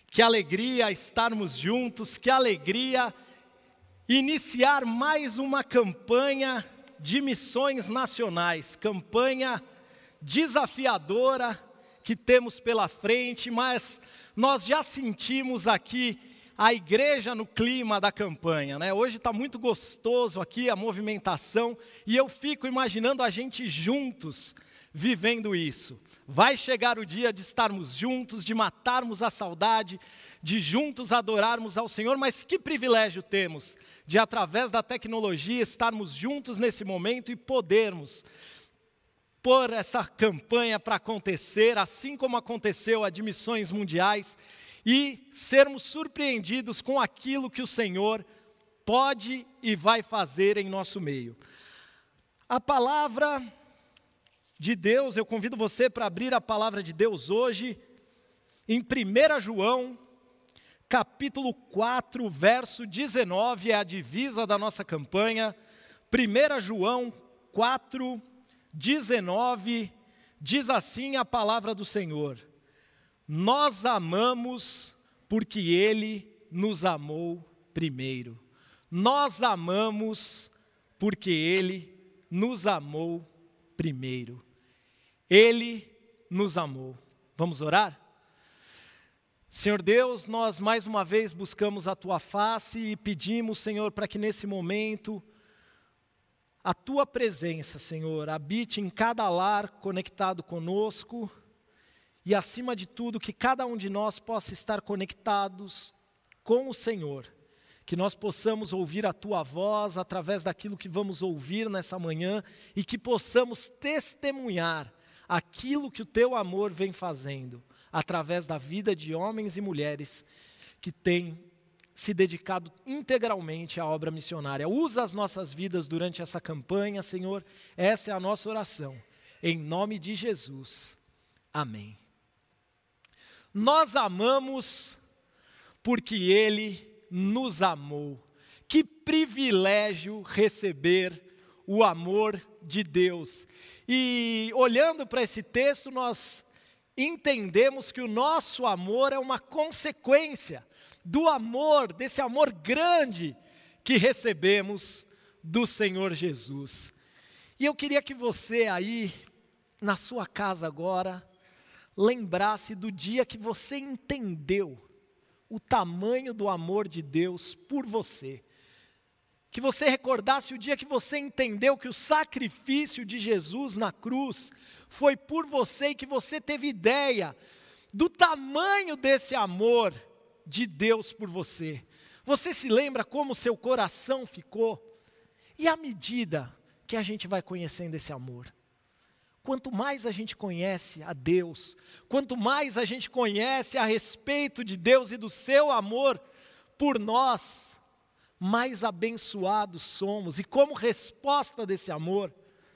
Que alegria estarmos juntos, que alegria iniciar mais uma campanha de missões nacionais, campanha desafiadora que temos pela frente, mas nós já sentimos aqui a igreja no clima da campanha, né? Hoje está muito gostoso aqui a movimentação e eu fico imaginando a gente juntos vivendo isso. Vai chegar o dia de estarmos juntos, de matarmos a saudade, de juntos adorarmos ao Senhor, mas que privilégio temos de, através da tecnologia, estarmos juntos nesse momento e podermos pôr essa campanha para acontecer, assim como aconteceu a de missões mundiais, e sermos surpreendidos com aquilo que o Senhor pode e vai fazer em nosso meio. A palavra de Deus, eu convido você para abrir a palavra de Deus hoje, em 1 João, capítulo 4, verso 19, é a divisa da nossa campanha. 1 João 4, 19, diz assim a palavra do Senhor: nós amamos porque Ele nos amou primeiro. Nós amamos porque Ele nos amou primeiro. Ele nos amou. Vamos orar? Senhor Deus, nós mais uma vez buscamos a Tua face e pedimos, Senhor, para que nesse momento a Tua presença, Senhor, habite em cada lar conectado conosco e, acima de tudo, que cada um de nós possa estar conectados com o Senhor, que nós possamos ouvir a Tua voz através daquilo que vamos ouvir nessa manhã e que possamos testemunhar aquilo que o Teu amor vem fazendo, através da vida de homens e mulheres que têm se dedicado integralmente à obra missionária. Usa as nossas vidas durante essa campanha, Senhor, essa é a nossa oração, em nome de Jesus, amém. Nós amamos porque Ele nos amou. Que privilégio receber o amor de Deus. E olhando para esse texto, nós entendemos que o nosso amor é uma consequência do amor, desse amor grande que recebemos do Senhor Jesus. E eu queria que você aí, na sua casa agora, lembrasse do dia que você entendeu o tamanho do amor de Deus por você. Que você recordasse o dia que você entendeu que o sacrifício de Jesus na cruz foi por você e que você teve ideia do tamanho desse amor de Deus por você. Você se lembra como seu coração ficou? E à medida que a gente vai conhecendo esse amor, quanto mais a gente conhece a Deus, quanto mais a gente conhece a respeito de Deus e do seu amor por nós, mais abençoados somos. E como resposta desse amor,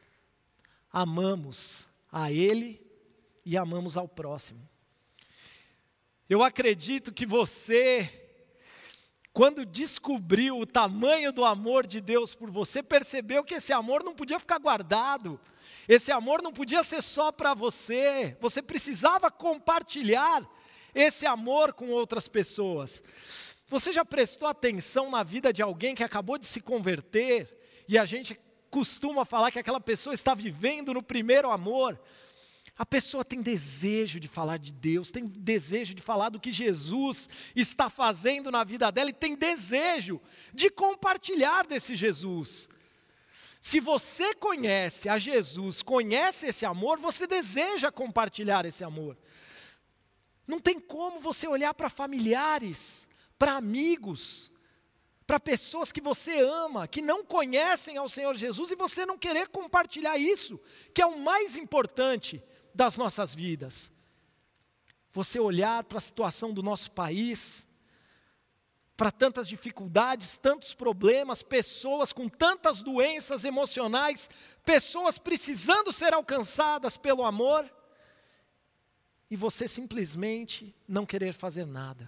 amamos a Ele e amamos ao próximo. Eu acredito que você, quando descobriu o tamanho do amor de Deus por você, percebeu que esse amor não podia ficar guardado, esse amor não podia ser só para você, você precisava compartilhar esse amor com outras pessoas. Você já prestou atenção na vida de alguém que acabou de se converter, e a gente costuma falar que aquela pessoa está vivendo no primeiro amor? A pessoa tem desejo de falar de Deus, tem desejo de falar do que Jesus está fazendo na vida dela e tem desejo de compartilhar desse Jesus. Se você conhece a Jesus, conhece esse amor, você deseja compartilhar esse amor. Não tem como você olhar para familiares, para amigos, para pessoas que você ama, que não conhecem ao Senhor Jesus e você não querer compartilhar isso, que é o mais importante das nossas vidas. Você olhar para a situação do nosso país, para tantas dificuldades, tantos problemas, pessoas com tantas doenças emocionais, pessoas precisando ser alcançadas pelo amor, e você simplesmente não querer fazer nada.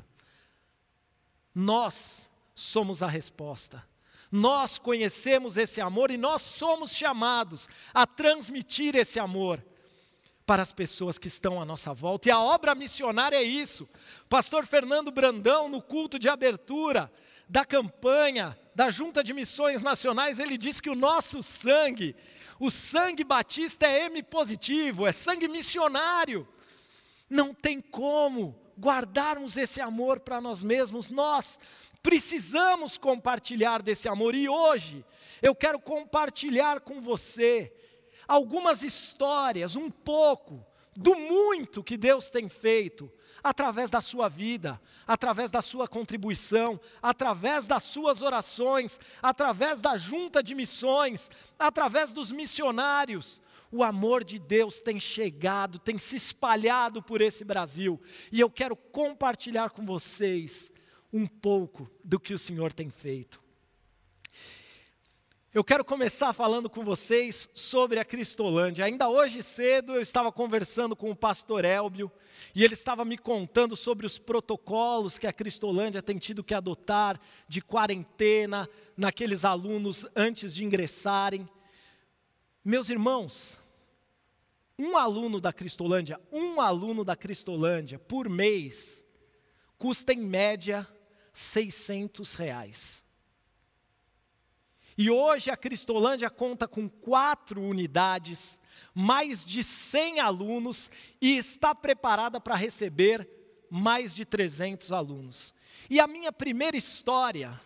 Nós somos a resposta. Nós conhecemos esse amor e nós somos chamados a transmitir esse amor. para as pessoas que estão à nossa volta. E a obra missionária é isso. Pastor Fernando Brandão, no culto de abertura da campanha da Junta de Missões Nacionais, ele disse que o nosso sangue, o sangue batista é M positivo, é sangue missionário. Não tem como guardarmos esse amor para nós mesmos, nós precisamos compartilhar desse amor. E hoje eu quero compartilhar com você algumas histórias, um pouco do muito que Deus tem feito através da sua vida, através da sua contribuição, através das suas orações, através da junta de missões, através dos missionários. O amor de Deus tem chegado, tem se espalhado por esse Brasil. E eu quero compartilhar com vocês um pouco do que o Senhor tem feito. Eu quero começar falando com vocês sobre a Cristolândia. Ainda hoje cedo eu estava conversando com o pastor Elbio e ele estava me contando sobre os protocolos que a Cristolândia tem tido que adotar de quarentena naqueles alunos antes de ingressarem. Meus irmãos, um aluno da Cristolândia por mês custa em média R$600. E hoje a Cristolândia conta com 4 unidades, mais de 100 alunos e está preparada para receber mais de 300 alunos. E a minha primeira história,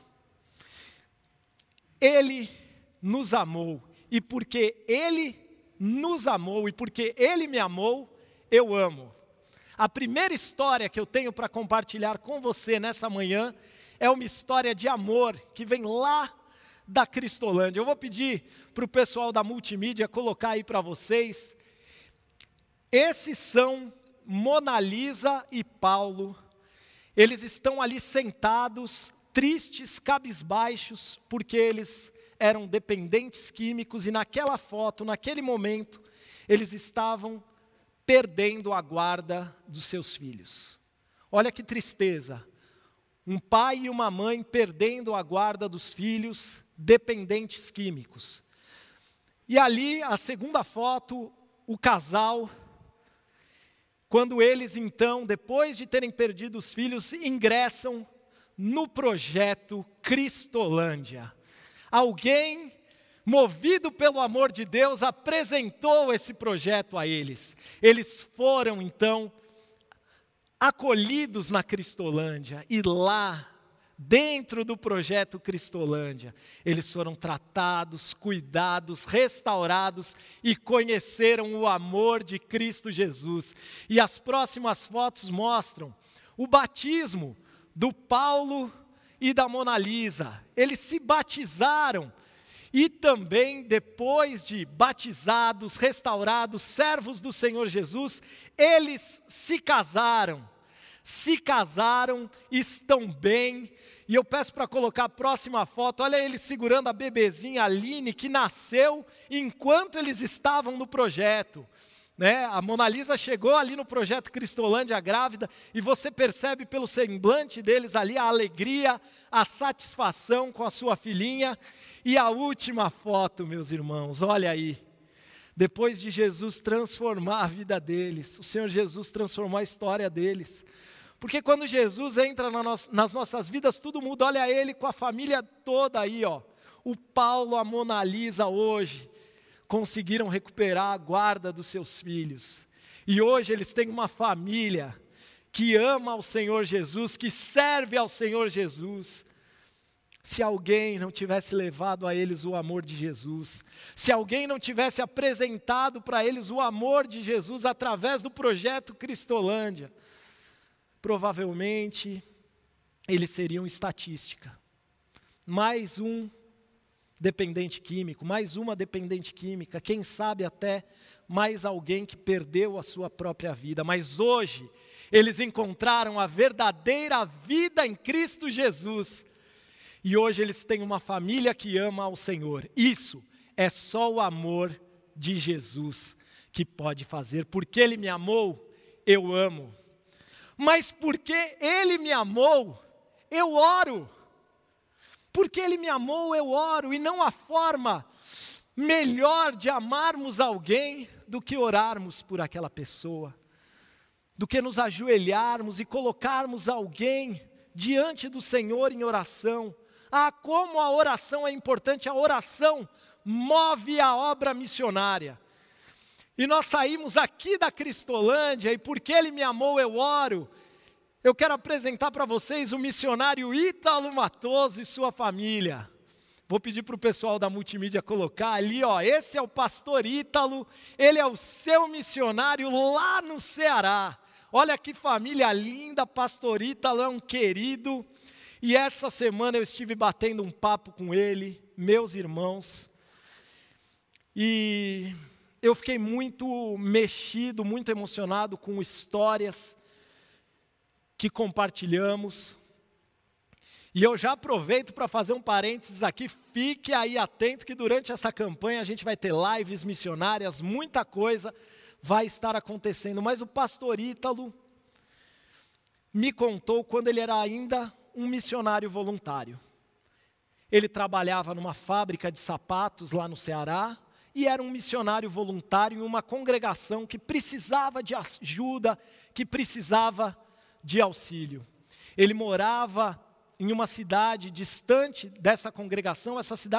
Ele nos amou, e porque Ele nos amou e porque Ele me amou, eu amo. A primeira história que eu tenho para compartilhar com você nessa manhã é uma história de amor que vem lá da Cristolândia. Eu vou pedir para o pessoal da multimídia colocar aí para vocês. Esses são Mona Lisa e Paulo. Eles estão ali sentados, tristes, cabisbaixos, porque eles eram dependentes químicos e naquela foto, naquele momento, eles estavam perdendo a guarda dos seus filhos. Olha que tristeza. Um pai e uma mãe perdendo a guarda dos filhos, dependentes químicos. E ali, a segunda foto, o casal, quando eles então, depois de terem perdido os filhos, ingressam no projeto Cristolândia. Alguém, movido pelo amor de Deus, apresentou esse projeto a eles. Eles foram então acolhidos na Cristolândia e lá, dentro do projeto Cristolândia, eles foram tratados, cuidados, restaurados e conheceram o amor de Cristo Jesus. E as próximas fotos mostram o batismo do Paulo e da Mona Lisa. Eles se batizaram e também, depois de batizados, restaurados, servos do Senhor Jesus, eles se casaram, estão bem. E eu peço para colocar a próxima foto, olha ele segurando a bebezinha Aline, que nasceu enquanto eles estavam no projeto. A Mona Lisa chegou ali no projeto Cristolândia grávida, e você percebe pelo semblante deles ali a alegria, a satisfação com a sua filhinha. E a última foto, meus irmãos, olha aí. Depois de Jesus transformar a vida deles, o Senhor Jesus transformou a história deles. Porque quando Jesus entra nas nossas vidas, tudo muda. Olha ele com a família toda aí, ó. O Paulo, a Mona Lisa hoje conseguiram recuperar a guarda dos seus filhos. E hoje eles têm uma família que ama ao Senhor Jesus, que serve ao Senhor Jesus. Se alguém não tivesse levado a eles o amor de Jesus, se alguém não tivesse apresentado para eles o amor de Jesus através do projeto Cristolândia, provavelmente eles seriam estatística. Mais um dependente químico, mais uma dependente química, quem sabe até mais alguém que perdeu a sua própria vida. Mas hoje, eles encontraram a verdadeira vida em Cristo Jesus. E hoje eles têm uma família que ama ao Senhor. Isso é só o amor de Jesus que pode fazer. Porque Ele me amou, eu amo. Mas porque Ele me amou, eu oro. Porque Ele me amou, eu oro, e não há forma melhor de amarmos alguém do que orarmos por aquela pessoa, do que nos ajoelharmos e colocarmos alguém diante do Senhor em oração. Ah, como a oração é importante, a oração move a obra missionária. E nós saímos aqui da Cristolândia, e porque Ele me amou, eu oro. Eu quero apresentar para vocês o missionário Ítalo Matoso e sua família. Vou pedir para o pessoal da multimídia colocar ali, ó, esse é o pastor Ítalo, ele é o seu missionário lá no Ceará. Olha que família linda, pastor Ítalo é um querido. E essa semana eu estive batendo um papo com ele, meus irmãos, e eu fiquei muito mexido, muito emocionado com histórias que compartilhamos. E eu já aproveito para fazer um parênteses aqui, fique aí atento que durante essa campanha a gente vai ter lives missionárias, muita coisa vai estar acontecendo. Mas o pastor Ítalo me contou quando ele era ainda um missionário voluntário. Ele trabalhava numa fábrica de sapatos lá no Ceará e era um missionário voluntário em uma congregação que precisava de ajuda, que precisava de auxílio. Ele morava em uma cidade distante dessa congregação,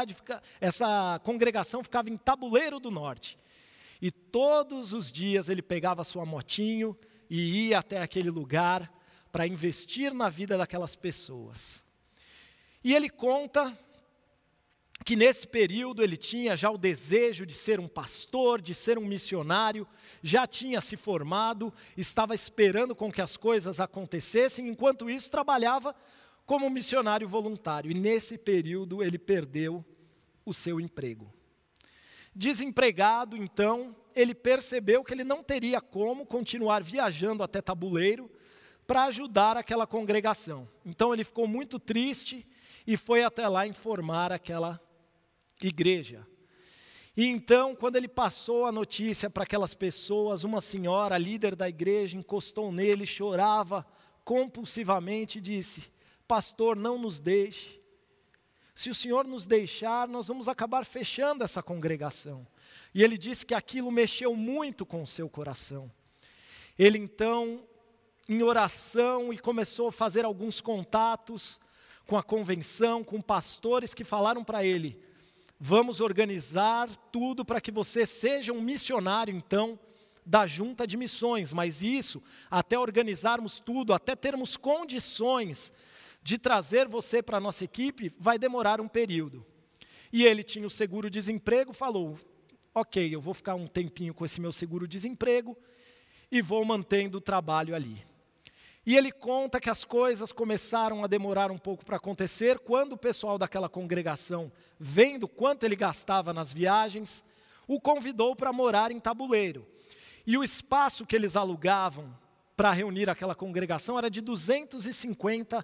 essa congregação ficava em Tabuleiro do Norte. E todos os dias ele pegava sua motinho e ia até aquele lugar para investir na vida daquelas pessoas. E ele conta que nesse período ele tinha já o desejo de ser um pastor, de ser um missionário, já tinha se formado, estava esperando com que as coisas acontecessem, enquanto isso trabalhava como missionário voluntário. E nesse período ele perdeu o seu emprego. Desempregado, então, ele percebeu que ele não teria como continuar viajando até Tabuleiro para ajudar aquela congregação. Então ele ficou muito triste e foi até lá informar aquela igreja. E então, quando ele passou a notícia para aquelas pessoas, uma senhora, líder da igreja, encostou nele, chorava compulsivamente e disse: pastor, não nos deixe. Se o Senhor nos deixar, nós vamos acabar fechando essa congregação. E ele disse que aquilo mexeu muito com o seu coração. Ele então, em oração, e começou a fazer alguns contatos com a convenção, com pastores que falaram para ele: vamos organizar tudo para que você seja um missionário, então, da junta de missões. Mas isso, até organizarmos tudo, até termos condições de trazer você para a nossa equipe, vai demorar um período. E ele tinha o seguro-desemprego, falou: ok, eu vou ficar um tempinho com esse meu seguro-desemprego e vou mantendo o trabalho ali. E ele conta que as coisas começaram a demorar um pouco para acontecer, quando o pessoal daquela congregação, vendo quanto ele gastava nas viagens, o convidou para morar em Tabuleiro. E o espaço que eles alugavam para reunir aquela congregação era de R$250,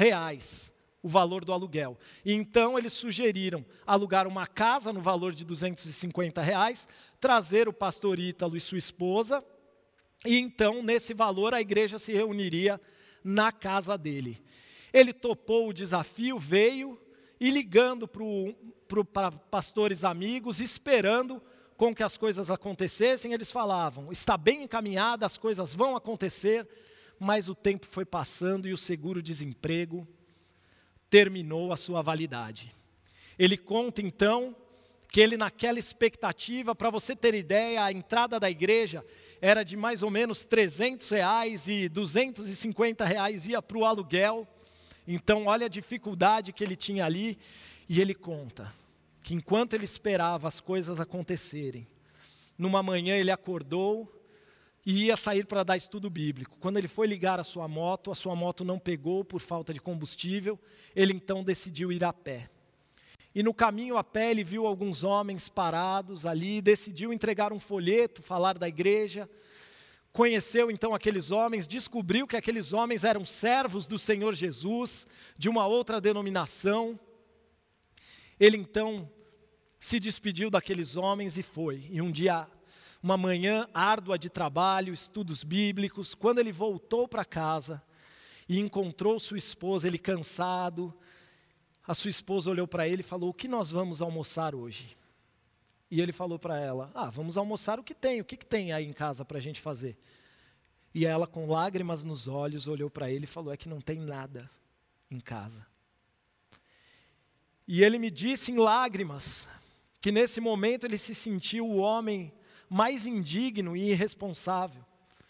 o valor do aluguel. E então eles sugeriram alugar uma casa no valor de R$250, trazer o pastor Ítalo e sua esposa, e então nesse valor a igreja se reuniria na casa dele. Ele topou o desafio, veio e ligando para pastores amigos, esperando com que as coisas acontecessem, eles falavam: está bem encaminhada, as coisas vão acontecer. Mas o tempo foi passando e o seguro-desemprego terminou a sua validade. Ele conta então que ele, naquela expectativa, para você ter ideia, a entrada da igreja era de mais ou menos R$300 e R$250 ia para o aluguel. Então olha a dificuldade que ele tinha ali. E ele conta que enquanto ele esperava as coisas acontecerem, numa manhã ele acordou e ia sair para dar estudo bíblico. Quando ele foi ligar a sua moto não pegou por falta de combustível, ele então decidiu ir a pé. E no caminho a pé ele viu alguns homens parados ali, decidiu entregar um folheto, falar da igreja. Conheceu então aqueles homens, descobriu que aqueles homens eram servos do Senhor Jesus, de uma outra denominação. Ele então se despediu daqueles homens e foi. E um dia, uma manhã árdua de trabalho, estudos bíblicos, quando ele voltou para casa e encontrou sua esposa, ele cansado, a sua esposa olhou para ele e falou: o que nós vamos almoçar hoje? E ele falou para ela, vamos almoçar o que tem aí em casa para a gente fazer? E ela, com lágrimas nos olhos, olhou para ele e falou, é que não tem nada em casa. E ele me disse em lágrimas, que nesse momento ele se sentiu o homem mais indigno e irresponsável.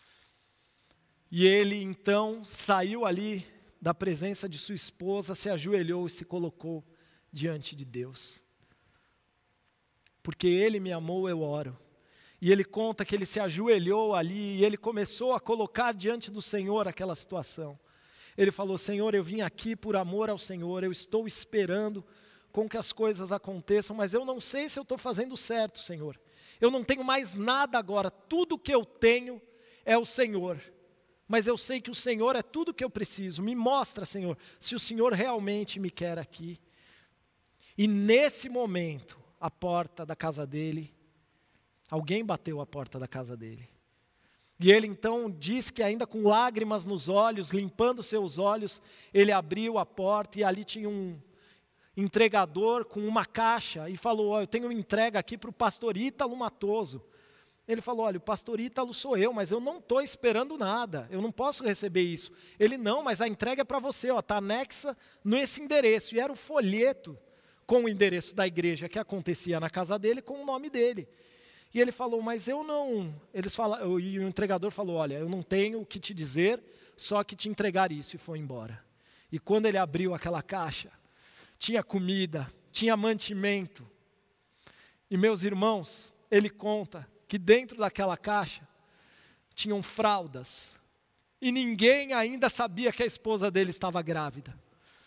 E ele então saiu ali da presença de sua esposa, se ajoelhou e se colocou diante de Deus. Porque ele me amou, eu oro. E ele conta que ele se ajoelhou ali e ele começou a colocar diante do Senhor aquela situação. Ele falou, Senhor, eu vim aqui por amor ao Senhor, eu estou esperando com que as coisas aconteçam, mas eu não sei se eu estou fazendo certo, Senhor. Eu não tenho mais nada agora, tudo que eu tenho é o Senhor. Mas eu sei que o Senhor é tudo que eu preciso. Me mostra, Senhor, se o Senhor realmente me quer aqui. E nesse momento, a porta da casa dele, alguém bateu a porta da casa dele. E ele então diz que ainda com lágrimas nos olhos, limpando seus olhos, ele abriu a porta e ali tinha um entregador com uma caixa e falou, eu tenho uma entrega aqui para o pastor Ítalo Matoso. Ele falou, olha, o pastor Ítalo sou eu, mas eu não estou esperando nada, eu não posso receber isso. Ele, não, mas a entrega é para você, está anexa nesse endereço. E era o folheto com o endereço da igreja que acontecia na casa dele, com o nome dele. E ele falou, mas eu não... E o entregador falou, olha, eu não tenho o que te dizer, só que te entregar isso, e foi embora. E quando ele abriu aquela caixa, tinha comida, tinha mantimento. E meus irmãos, ele conta que dentro daquela caixa tinham fraldas. E ninguém ainda sabia que a esposa dele estava grávida.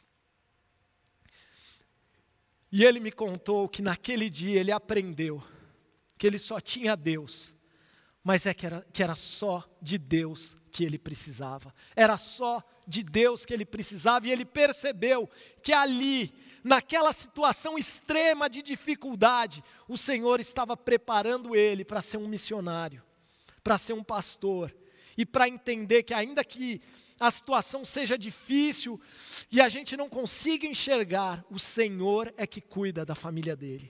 E ele me contou que naquele dia ele aprendeu que ele só tinha Deus, mas que era só de Deus que ele precisava. Era só de Deus que ele precisava, e ele percebeu que ali, naquela situação extrema de dificuldade, o Senhor estava preparando ele para ser um missionário, para ser um pastor, e para entender que ainda que a situação seja difícil e a gente não consiga enxergar, o Senhor é que cuida da família dele.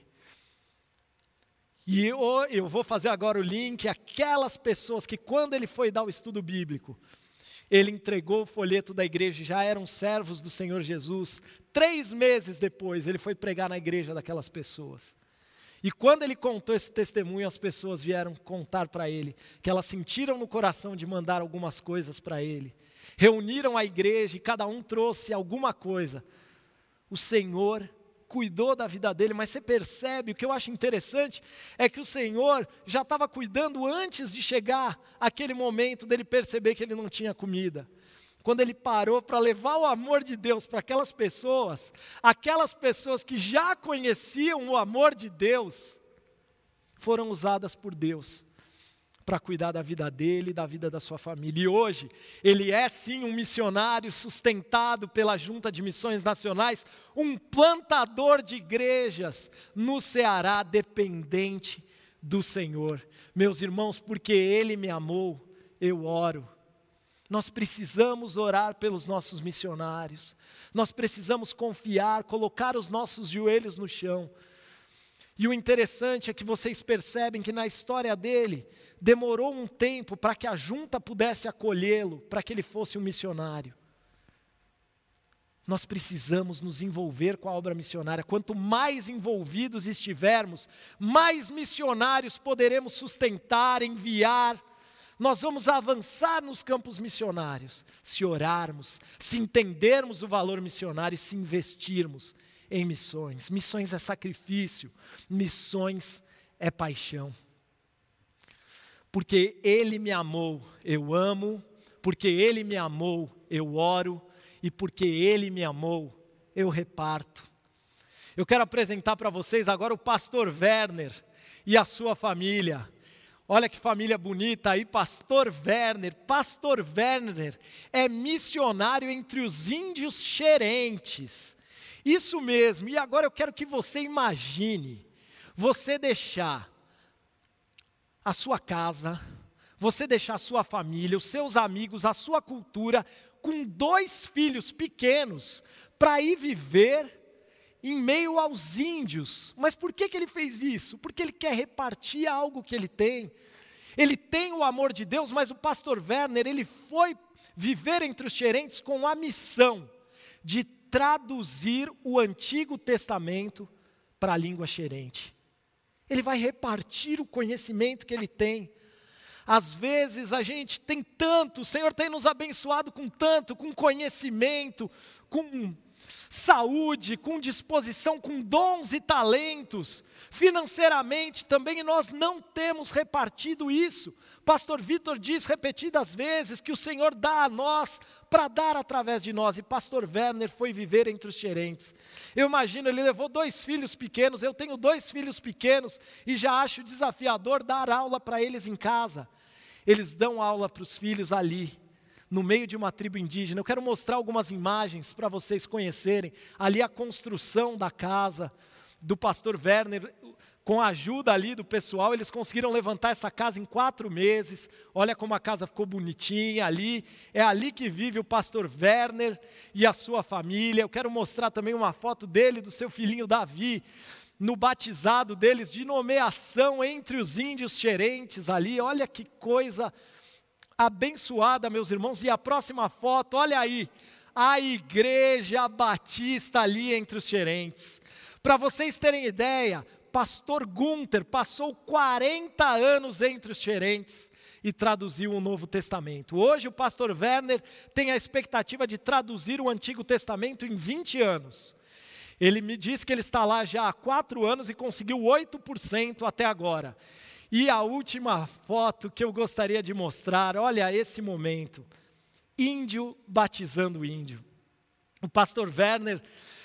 E eu vou fazer agora o link, aquelas pessoas que quando ele foi dar o estudo bíblico, ele entregou o folheto da igreja, já eram servos do Senhor Jesus. 3 meses depois, ele foi pregar na igreja daquelas pessoas. E quando ele contou esse testemunho, as pessoas vieram contar para ele, que elas sentiram no coração de mandar algumas coisas para ele. Reuniram a igreja e cada um trouxe alguma coisa. O Senhor cuidou da vida dele, mas você percebe, o que eu acho interessante é que o Senhor já estava cuidando antes de chegar aquele momento dele perceber que ele não tinha comida. Quando ele parou para levar o amor de Deus para aquelas pessoas que já conheciam o amor de Deus, foram usadas por Deus para cuidar da vida dele e da vida da sua família. E hoje, ele é sim um missionário sustentado pela Junta de Missões Nacionais, um plantador de igrejas no Ceará, dependente do Senhor. Meus irmãos, porque ele me amou, eu oro. Nós precisamos orar pelos nossos missionários, nós precisamos confiar, colocar os nossos joelhos no chão. E o interessante é que vocês percebem que na história dele, demorou um tempo para que a junta pudesse acolhê-lo, para que ele fosse um missionário. Nós precisamos nos envolver com a obra missionária. Quanto mais envolvidos estivermos, mais missionários poderemos sustentar, enviar. Nós vamos avançar nos campos missionários, se orarmos, se entendermos o valor missionário e se investirmos em missões. Missões é sacrifício, missões é paixão. Porque ele me amou, eu amo, porque ele me amou, eu oro, e porque ele me amou, eu reparto. Eu quero apresentar para vocês agora o pastor Werner e a sua família. Olha que família bonita aí, pastor Werner. Pastor Werner é missionário entre os índios xerentes. Isso mesmo, e agora eu quero que você imagine, você deixar a sua casa, você deixar a sua família, os seus amigos, a sua cultura, com 2 filhos pequenos, para ir viver em meio aos índios. Mas por que ele fez isso? Porque ele quer repartir algo que ele tem. Ele tem o amor de Deus, mas o pastor Werner, ele foi viver entre os xerentes com a missão de traduzir o Antigo Testamento para a língua xerente. Ele vai repartir o conhecimento que ele tem. Às vezes a gente tem tanto, o Senhor tem nos abençoado com tanto, com conhecimento, com saúde, com disposição, com dons e talentos, financeiramente também, e nós não temos repartido isso. Pastor Vitor diz repetidas vezes que o Senhor dá a nós para dar através de nós, e pastor Werner foi viver entre os xerentes. Eu imagino, ele levou 2 filhos pequenos, eu tenho 2 filhos pequenos, e já acho desafiador dar aula para eles em casa. Eles dão aula para os filhos ali, no meio de uma tribo indígena. Eu quero mostrar algumas imagens para vocês conhecerem. Ali a construção da casa do pastor Werner, com a ajuda ali do pessoal, eles conseguiram levantar essa casa em 4 meses. Olha como a casa ficou bonitinha ali. É ali que vive o pastor Werner e a sua família. Eu quero mostrar também uma foto dele, do seu filhinho Davi, no batizado deles, de nomeação entre os índios xerentes ali. Olha que coisa abençoada, meus irmãos. E a próxima foto, olha aí, a igreja batista ali entre os xerentes. Para vocês terem ideia, pastor Gunther passou 40 anos entre os xerentes e traduziu o Novo Testamento. Hoje o pastor Werner tem a expectativa de traduzir o Antigo Testamento em 20 anos. Ele me disse que ele está lá já há 4 anos e conseguiu 8% até agora. E a última foto que eu gostaria de mostrar, olha esse momento, índio batizando índio. O pastor Werner,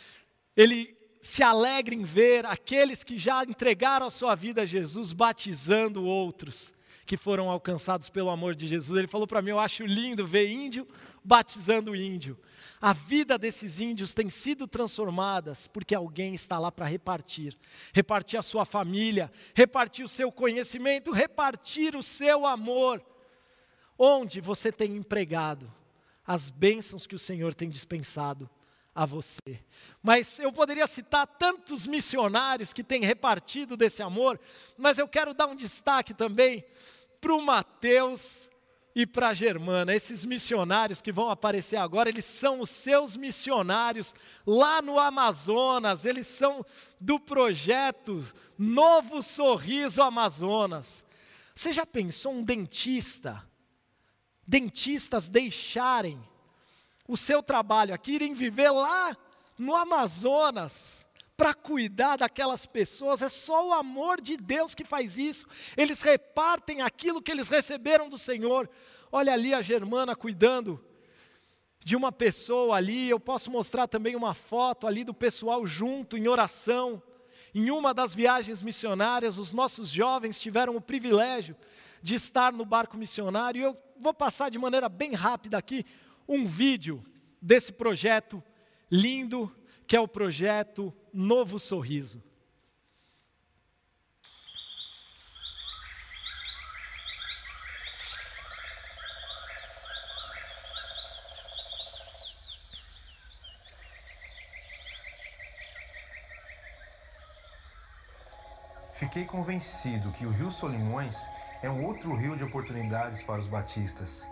ele se alegra em ver aqueles que já entregaram a sua vida a Jesus, batizando outros que foram alcançados pelo amor de Jesus. Ele falou para mim, eu acho lindo ver índio batizando índio. A vida desses índios tem sido transformadas porque alguém está lá para repartir. Repartir a sua família, repartir o seu conhecimento, repartir o seu amor. Onde você tem empregado as bênçãos que o Senhor tem dispensado a você. Mas eu poderia citar tantos missionários que têm repartido desse amor, mas eu quero dar um destaque também para o Mateus e para a Germana. Esses missionários que vão aparecer agora, eles são os seus missionários lá no Amazonas, eles são do projeto Novo Sorriso Amazonas. Você já pensou um dentistas deixarem o seu trabalho aqui, irem viver lá no Amazonas para cuidar daquelas pessoas? É só o amor de Deus que faz isso. Eles repartem aquilo que eles receberam do Senhor. Olha ali a Germana cuidando de uma pessoa ali. Eu posso mostrar também uma foto ali do pessoal junto em oração. Em uma das viagens missionárias, os nossos jovens tiveram o privilégio de estar no barco missionário. E eu vou passar de maneira bem rápida aqui um vídeo desse projeto lindo, que é o projeto Novo Sorriso. Fiquei convencido que o Rio Solimões é um outro rio de oportunidades para os batistas.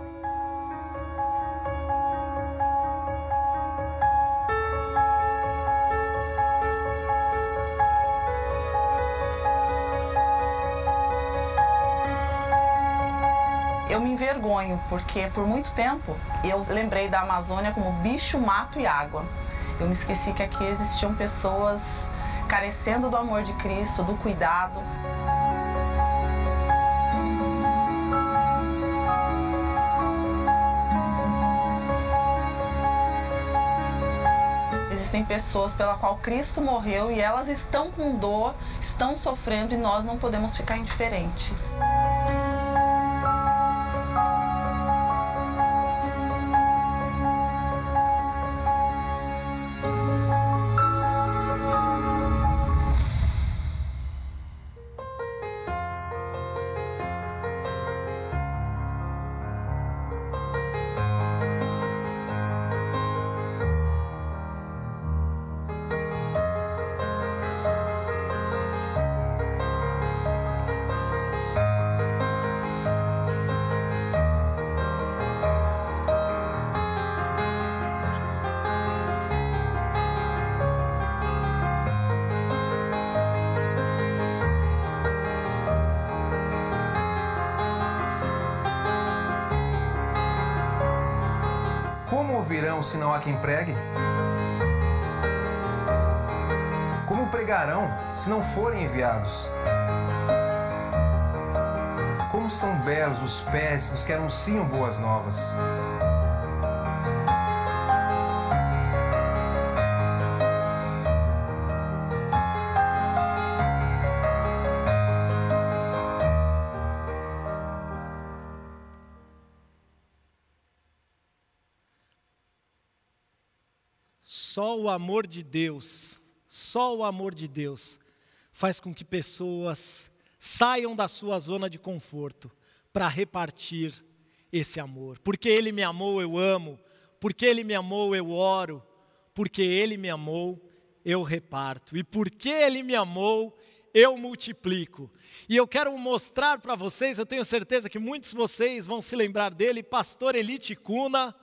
Eu me envergonho, porque por muito tempo eu lembrei da Amazônia como bicho, mato e água. Eu me esqueci que aqui existiam pessoas carecendo do amor de Cristo, do cuidado. Existem pessoas pela qual Cristo morreu e elas estão com dor, estão sofrendo e nós não podemos ficar indiferentes. ouvirão se não há quem pregue? Como pregarão se não forem enviados? Como são belos os pés dos que anunciam boas novas. Só o amor de Deus, só o amor de Deus faz com que pessoas saiam da sua zona de conforto para repartir esse amor. Porque Ele me amou, eu amo. Porque Ele me amou, eu oro. Porque Ele me amou, eu reparto. E porque Ele me amou, eu multiplico. E eu quero mostrar para vocês, eu tenho certeza que muitos de vocês vão se lembrar dele, pastor Eli Ticuna,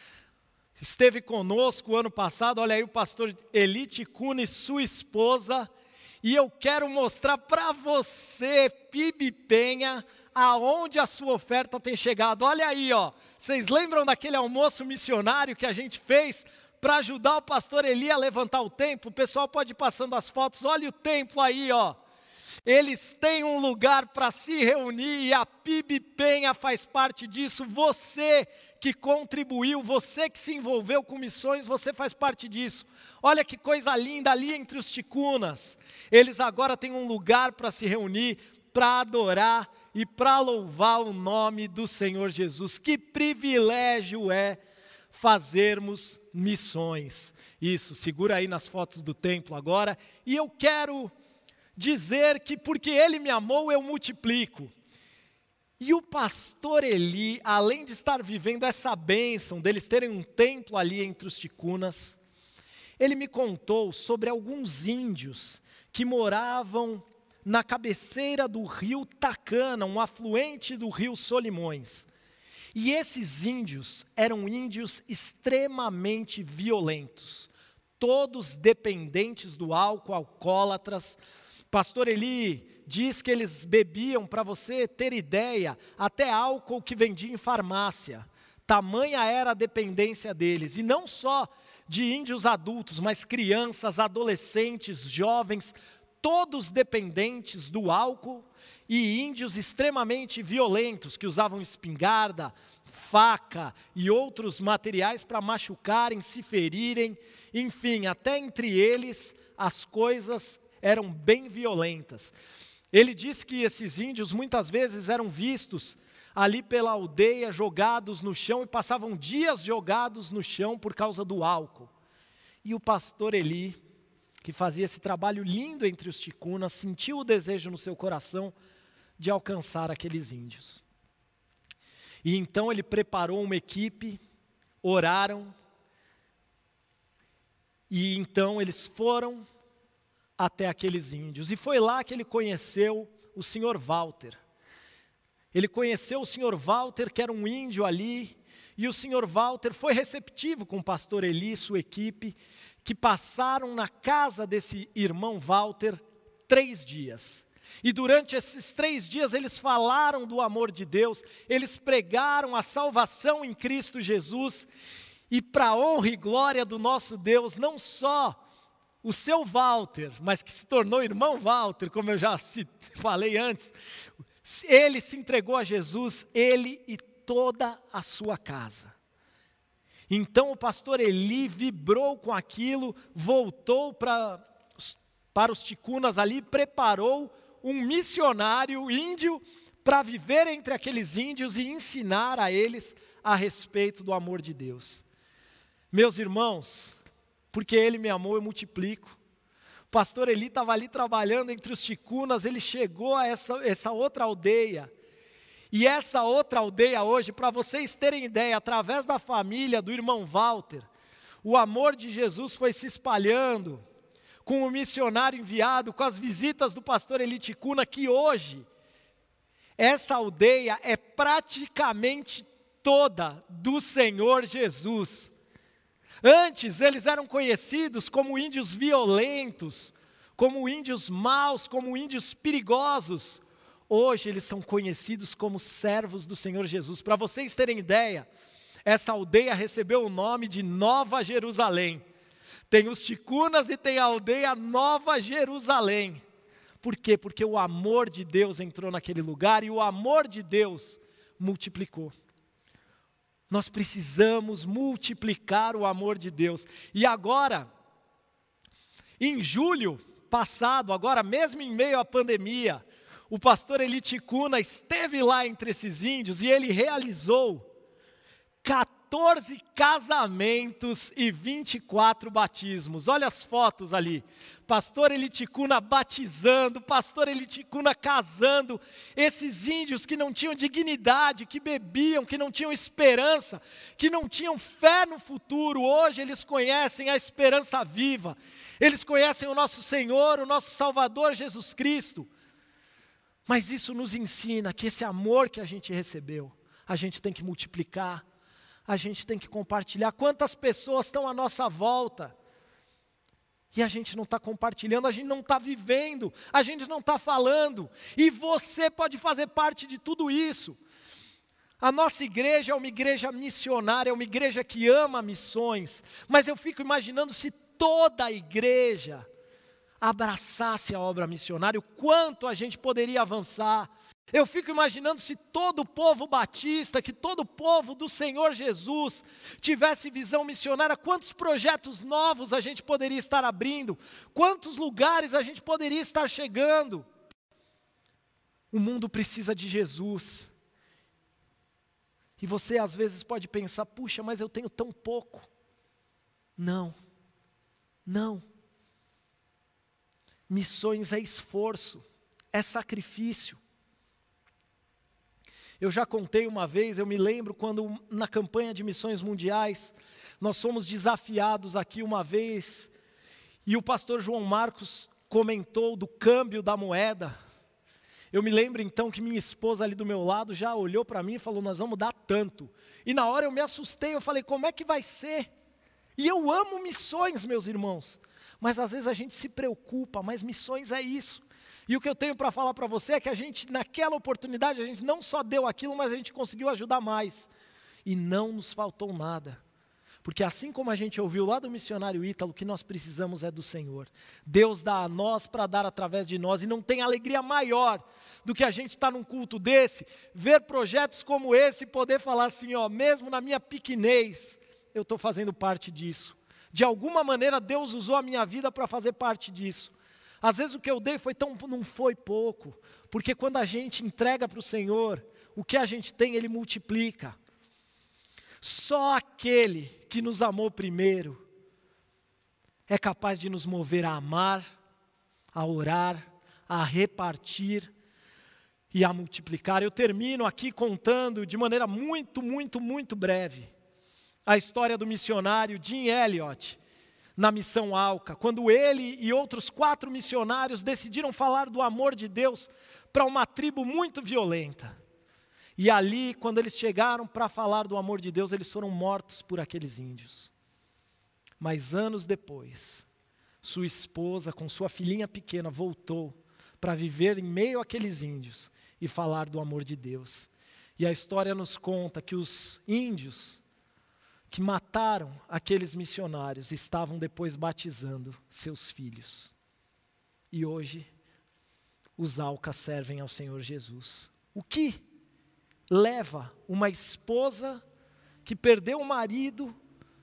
esteve conosco ano passado, olha aí o pastor Eli Ticuna e sua esposa, e eu quero mostrar para você, PIB Penha, aonde a sua oferta tem chegado. Olha aí, ó, vocês lembram daquele almoço missionário que a gente fez para ajudar o pastor Eli a levantar o templo? O pessoal pode ir passando as fotos, olha o templo aí, ó. Eles têm um lugar para se reunir e a PIB Penha faz parte disso. Você que contribuiu, você que se envolveu com missões, você faz parte disso. Olha que coisa linda ali entre os ticunas. Eles agora têm um lugar para se reunir, para adorar e para louvar o nome do Senhor Jesus. Que privilégio é fazermos missões. Isso, segura aí nas fotos do templo agora. E eu quero dizer que porque Ele me amou, eu multiplico. E o pastor Eli, além de estar vivendo essa bênção, deles terem um templo ali entre os ticunas, ele me contou sobre alguns índios que moravam na cabeceira do rio Tacana, um afluente do rio Solimões. E esses índios eram índios extremamente violentos, todos dependentes do álcool, alcoólatras. Pastor Eli diz que eles bebiam, para você ter ideia, até álcool que vendia em farmácia. Tamanha era a dependência deles. E não só de índios adultos, mas crianças, adolescentes, jovens, todos dependentes do álcool, e índios extremamente violentos, que usavam espingarda, faca e outros materiais para machucarem, se ferirem. Enfim, até entre eles as coisas eram bem violentas. Ele disse que esses índios muitas vezes eram vistos ali pela aldeia, jogados no chão, e passavam dias jogados no chão por causa do álcool. E o pastor Eli, que fazia esse trabalho lindo entre os ticunas, sentiu o desejo no seu coração de alcançar aqueles índios. E então ele preparou uma equipe, oraram, e então eles foram até aqueles índios. E foi lá que ele conheceu o senhor Walter. Ele conheceu o senhor Walter, que era um índio ali, e o senhor Walter foi receptivo com o pastor Eli e sua equipe, que passaram na casa desse irmão Walter 3 dias. E durante esses 3 dias eles falaram do amor de Deus, eles pregaram a salvação em Cristo Jesus, e para a honra e glória do nosso Deus, não só o seu Walter, mas que se tornou irmão Walter, como eu já falei antes, ele se entregou a Jesus, ele e toda a sua casa. Então o pastor Eli vibrou com aquilo, voltou para os ticunas ali, preparou um missionário índio para viver entre aqueles índios e ensinar a eles a respeito do amor de Deus. Meus irmãos, porque Ele me amou, eu multiplico. O pastor Eli estava ali trabalhando entre os ticunas, ele chegou a essa outra aldeia. E essa outra aldeia hoje, para vocês terem ideia, através da família do irmão Walter, o amor de Jesus foi se espalhando, com o missionário enviado, com as visitas do pastor Eli Ticuna, que hoje, essa aldeia é praticamente toda do Senhor Jesus. Antes eles eram conhecidos como índios violentos, como índios maus, como índios perigosos. Hoje eles são conhecidos como servos do Senhor Jesus. Para vocês terem ideia, Essa aldeia recebeu o nome de Nova Jerusalém. Tem os ticunas e tem a aldeia Nova Jerusalém. Por quê? Porque o amor de Deus entrou naquele lugar e o amor de Deus multiplicou. Nós precisamos multiplicar o amor de Deus. E agora, em julho passado, agora mesmo em meio à pandemia, o pastor Eli Ticuna esteve lá entre esses índios e ele realizou 14 casamentos e 24 batismos. Olha as fotos ali. Pastor Eli Ticuna batizando, pastor Eli Ticuna casando. Esses índios que não tinham dignidade, que bebiam, que não tinham esperança, que não tinham fé no futuro, hoje eles conhecem a esperança viva. Eles conhecem o nosso Senhor, o nosso Salvador Jesus Cristo. Mas isso nos ensina que esse amor que a gente recebeu, a gente tem que multiplicar. A gente tem que compartilhar. Quantas pessoas estão à nossa volta e a gente não está compartilhando, a gente não está vivendo, a gente não está falando. E você pode fazer parte de tudo isso. A nossa igreja é uma igreja missionária, é uma igreja que ama missões. Mas eu fico imaginando se toda a igreja abraçasse a obra missionária, o quanto a gente poderia avançar. Eu fico imaginando se todo o povo batista, que todo o povo do Senhor Jesus tivesse visão missionária, quantos projetos novos a gente poderia estar abrindo, quantos lugares a gente poderia estar chegando. O mundo precisa de Jesus. E você às vezes pode pensar, puxa, mas eu tenho tão pouco. Não. Missões é esforço, é sacrifício. Eu já contei uma vez, eu me lembro quando na campanha de missões mundiais, nós fomos desafiados aqui uma vez, e o pastor João Marcos comentou do câmbio da moeda. Eu me lembro então que minha esposa ali do meu lado já olhou para mim e falou, nós vamos dar tanto. E na hora eu me assustei, eu falei, como é que vai ser? E eu amo missões, meus irmãos, mas às vezes a gente se preocupa, mas missões é isso. E o que eu tenho para falar para você é que a gente, naquela oportunidade, a gente não só deu aquilo, mas a gente conseguiu ajudar mais. E não nos faltou nada. Porque assim como a gente ouviu lá do missionário Ítalo, o que nós precisamos é do Senhor. Deus dá a nós para dar através de nós. E não tem alegria maior do que a gente estar num culto desse, ver projetos como esse e poder falar assim, ó, mesmo na minha pequenez, eu estou fazendo parte disso. De alguma maneira Deus usou a minha vida para fazer parte disso. Às vezes o que eu dei não foi pouco, porque quando a gente entrega para o Senhor, o que a gente tem, Ele multiplica. Só aquele que nos amou primeiro é capaz de nos mover a amar, a orar, a repartir e a multiplicar. Eu termino aqui contando de maneira muito breve a história do missionário Jim Elliot, na missão Alca, quando ele e outros 4 missionários decidiram falar do amor de Deus para uma tribo muito violenta. E ali, quando eles chegaram para falar do amor de Deus, eles foram mortos por aqueles índios. Mas anos depois, sua esposa, com sua filhinha pequena, voltou para viver em meio àqueles índios e falar do amor de Deus. E a história nos conta que os índios que mataram aqueles missionários estavam depois batizando seus filhos. E hoje, os Alcas servem ao Senhor Jesus. O que leva uma esposa que perdeu o marido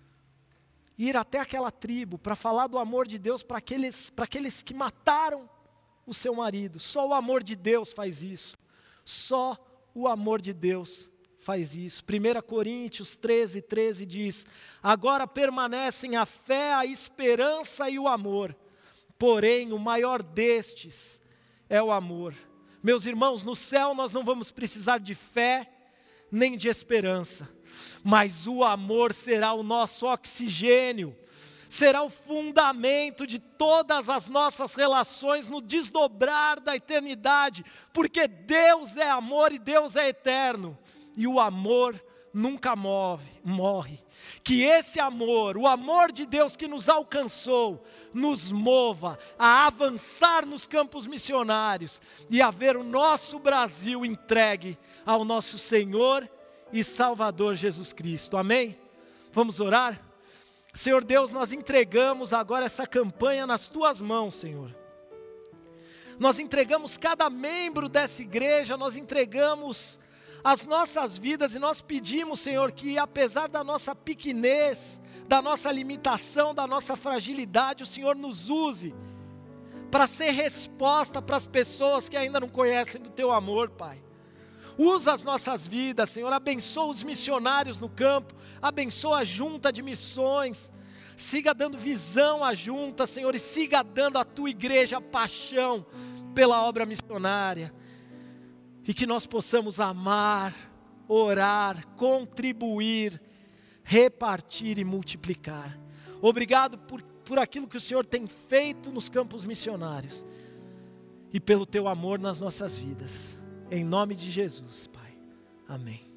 ir até aquela tribo para falar do amor de Deus para aqueles que mataram o seu marido? Só o amor de Deus faz isso. Só o amor de Deus faz isso. 1 Coríntios 13 diz, agora permanecem a fé, a esperança e o amor, porém o maior destes é o amor. Meus irmãos, no céu nós não vamos precisar de fé nem de esperança, mas o amor será o nosso oxigênio, será o fundamento de todas as nossas relações no desdobrar da eternidade, porque Deus é amor e Deus é eterno. E o amor nunca morre. Que esse amor, o amor de Deus que nos alcançou, nos mova a avançar nos campos missionários e a ver o nosso Brasil entregue ao nosso Senhor e Salvador Jesus Cristo. Amém? Vamos orar? Senhor Deus, nós entregamos agora essa campanha nas Tuas mãos, Senhor. Nós entregamos cada membro dessa igreja, nós entregamos as nossas vidas e nós pedimos, Senhor, que apesar da nossa pequenez, da nossa limitação, da nossa fragilidade, o Senhor nos use para ser resposta para as pessoas que ainda não conhecem do Teu amor, Pai. Usa as nossas vidas, Senhor, abençoa os missionários no campo, abençoa a junta de missões, siga dando visão à junta, Senhor, e siga dando à Tua igreja paixão pela obra missionária, e que nós possamos amar, orar, contribuir, repartir e multiplicar. Obrigado por aquilo que o Senhor tem feito nos campos missionários, e pelo Teu amor nas nossas vidas. Em nome de Jesus, Pai. Amém.